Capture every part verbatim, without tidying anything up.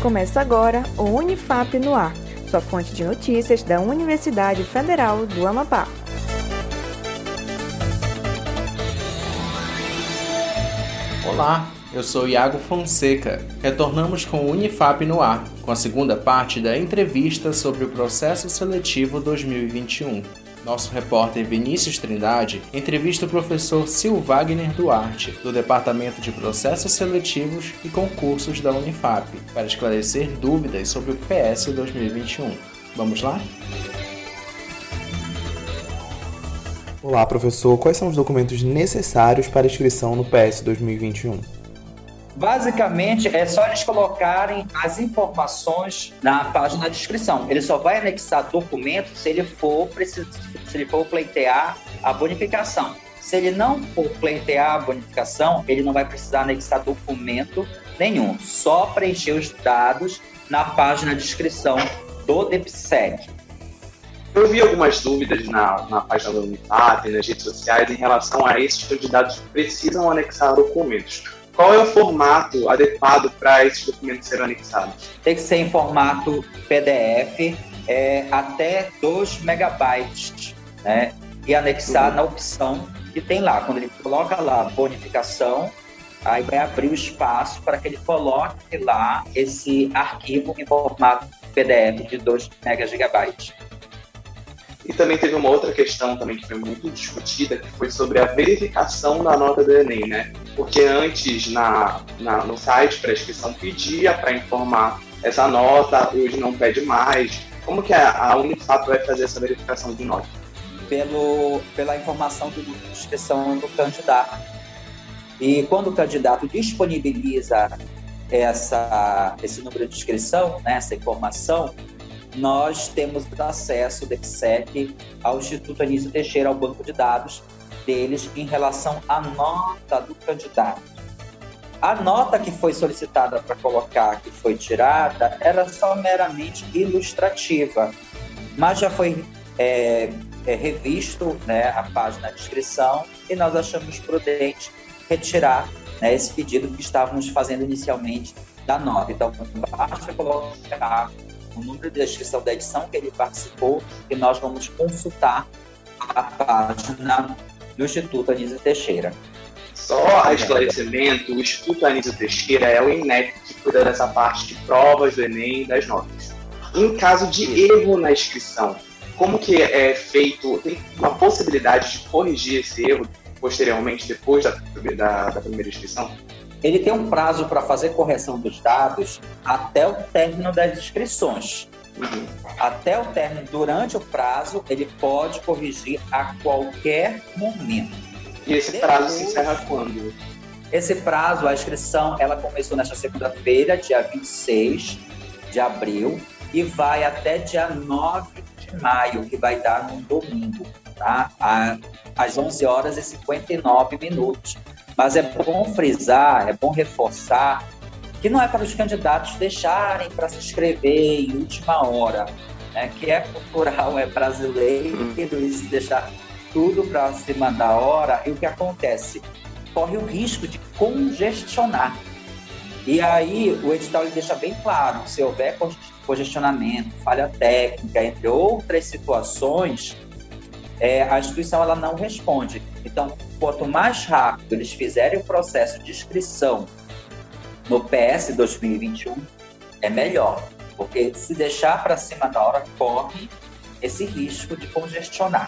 Começa agora o Unifap no Ar, sua fonte de notícias da Universidade Federal do Amapá. Olá, eu sou Iago Fonseca. Retornamos com o Unifap no Ar, com a segunda parte da entrevista sobre o processo seletivo dois mil e vinte e um. Nosso repórter Vinícius Trindade entrevista o professor Silvagner Duarte, do Departamento de Processos Seletivos e Concursos da Unifap, para esclarecer dúvidas sobre o P S dois mil e vinte e um. Vamos lá? Olá, professor. Quais são os documentos necessários para inscrição no P S dois mil e vinte e um? Basicamente, é só eles colocarem as informações na página de inscrição. Ele só vai anexar documento se ele for, precis... se ele for pleitear a bonificação. Se ele não for pleitear a bonificação, ele não vai precisar anexar documento nenhum. Só preencher os dados na página de inscrição do DEPSEC. Eu vi algumas dúvidas na, na página da Unifap, nas redes sociais, em relação a esses candidatos que precisam anexar documentos. Qual é o formato adequado para esses documentos serem anexados? Tem que ser em formato P D F, é, até dois megabytes, né? E anexar uhum. na opção que tem lá. Quando ele coloca lá bonificação, aí vai abrir o espaço para que ele coloque lá esse arquivo em formato P D F de dois megabytes. E também teve uma outra questão também que foi muito discutida, que foi sobre a verificação da nota do Enem, né? Porque antes, na, na, no site para inscrição, pedia para informar essa nota, hoje não pede mais. Como que a, a Unifap vai fazer essa verificação de nota? Pelo, pela informação do número de inscrição do candidato. E quando o candidato disponibiliza essa, esse número de inscrição, né, essa informação, nós temos acesso, DEPSEC, ao Instituto Anísio Teixeira, ao banco de dados deles em relação à nota do candidato. A nota que foi solicitada para colocar, que foi tirada, era só meramente ilustrativa, mas já foi é, é, revisto, né, a página de inscrição e nós achamos prudente retirar, né, esse pedido que estávamos fazendo inicialmente da nota. Então, basta colocar o número de inscrição da edição que ele participou e nós vamos consultar a página do Instituto Anísio Teixeira. Só a esclarecimento, o Instituto Anísio Teixeira é o INEP que cuida dessa parte de provas do Enem e das notas. Em caso de erro na inscrição, como que é feito, tem uma possibilidade de corrigir esse erro posteriormente, depois da, da, da primeira inscrição? Ele tem um prazo para fazer correção dos dados até o término das inscrições. Uhum. Até o término, durante o prazo, ele pode corrigir a qualquer momento. E esse Depois, prazo se encerra quando? Esse prazo, a inscrição, ela começou nesta segunda-feira, dia vinte e seis de abril, e vai até dia nove de maio, que vai dar num domingo, tá? Às onze horas e cinquenta e nove minutos. Mas é bom frisar, é bom reforçar que não é para os candidatos deixarem para se inscrever em última hora, né? Que é cultural, é brasileiro, e se deixar tudo para cima da hora, e o que acontece? Corre o risco de congestionar. E aí o edital ele deixa bem claro, se houver congestionamento, falha técnica, entre outras situações, é, a instituição ela não responde. Então, quanto mais rápido eles fizerem o processo de inscrição no P S dois mil e vinte e um, é melhor. Porque se deixar para cima da hora, corre esse risco de congestionar.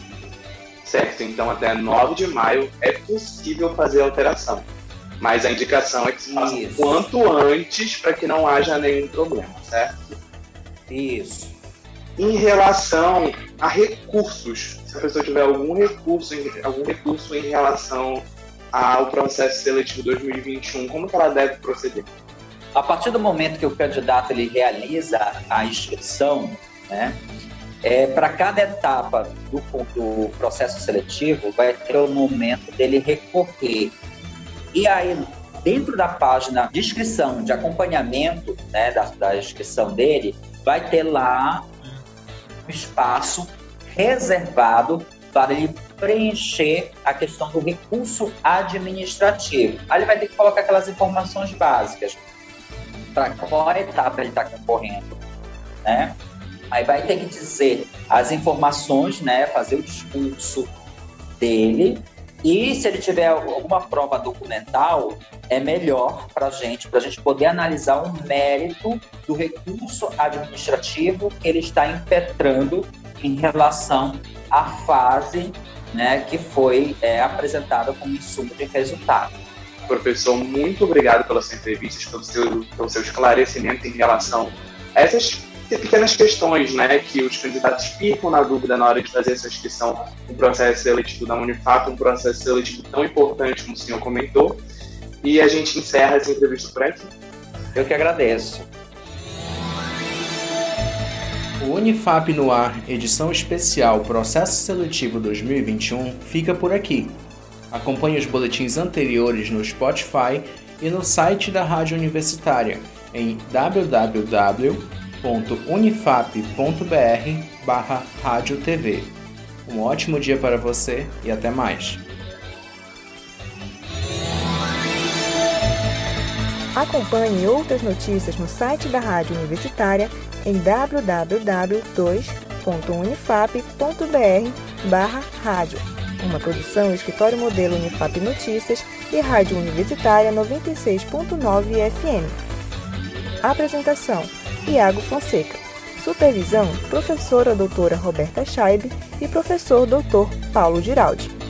Certo, então até nove de maio é possível fazer a alteração. Mas a indicação é que se faça o quanto antes para que não haja nenhum problema, certo? Isso. Em relação a recursos, se a pessoa tiver algum recurso, algum recurso em relação ao processo seletivo dois mil e vinte e um, como que ela deve proceder? A partir do momento que o candidato ele realiza a inscrição, né, é, para cada etapa do, do processo seletivo, vai ter o momento dele recorrer. E aí, dentro da página de inscrição, de acompanhamento, né, da, da inscrição dele, vai ter lá um espaço reservado para ele preencher a questão do recurso administrativo. Aí ele vai ter que colocar aquelas informações básicas. para qual etapa ele está concorrendo, né? Aí vai ter que dizer as informações, né? Fazer o discurso dele. E se ele tiver alguma prova documental, é melhor para a gente, para a gente poder analisar o mérito do recurso administrativo que ele está impetrando em relação à fase, né, que foi é, apresentada como insumo de resultado. Professor, muito obrigado pela sua entrevista, pelo seu, pelo seu esclarecimento em relação a essas pequenas questões, né, que os candidatos ficam na dúvida na hora de fazer essa inscrição no processo seletivo da Unifap, um processo seletivo tão importante como o senhor comentou. E a gente encerra essa entrevista por aqui. Eu que agradeço. O Unifap no Ar, edição especial Processo Seletivo dois mil e vinte e um, fica por aqui. Acompanhe os boletins anteriores no Spotify e no site da Rádio Universitária em w w w ponto unifap ponto b r barra rádio t v. Um ótimo dia para você e até mais. Acompanhe outras notícias no site da Rádio Universitária em w w w ponto unifap ponto b r barra rádio. Uma produção do Escritório Modelo Unifap Notícias e Rádio Universitária noventa e seis ponto nove F M. Apresentação: Iago Fonseca. Supervisão: professora doutora Roberta Scheibe e professor doutor Paulo Giraldi.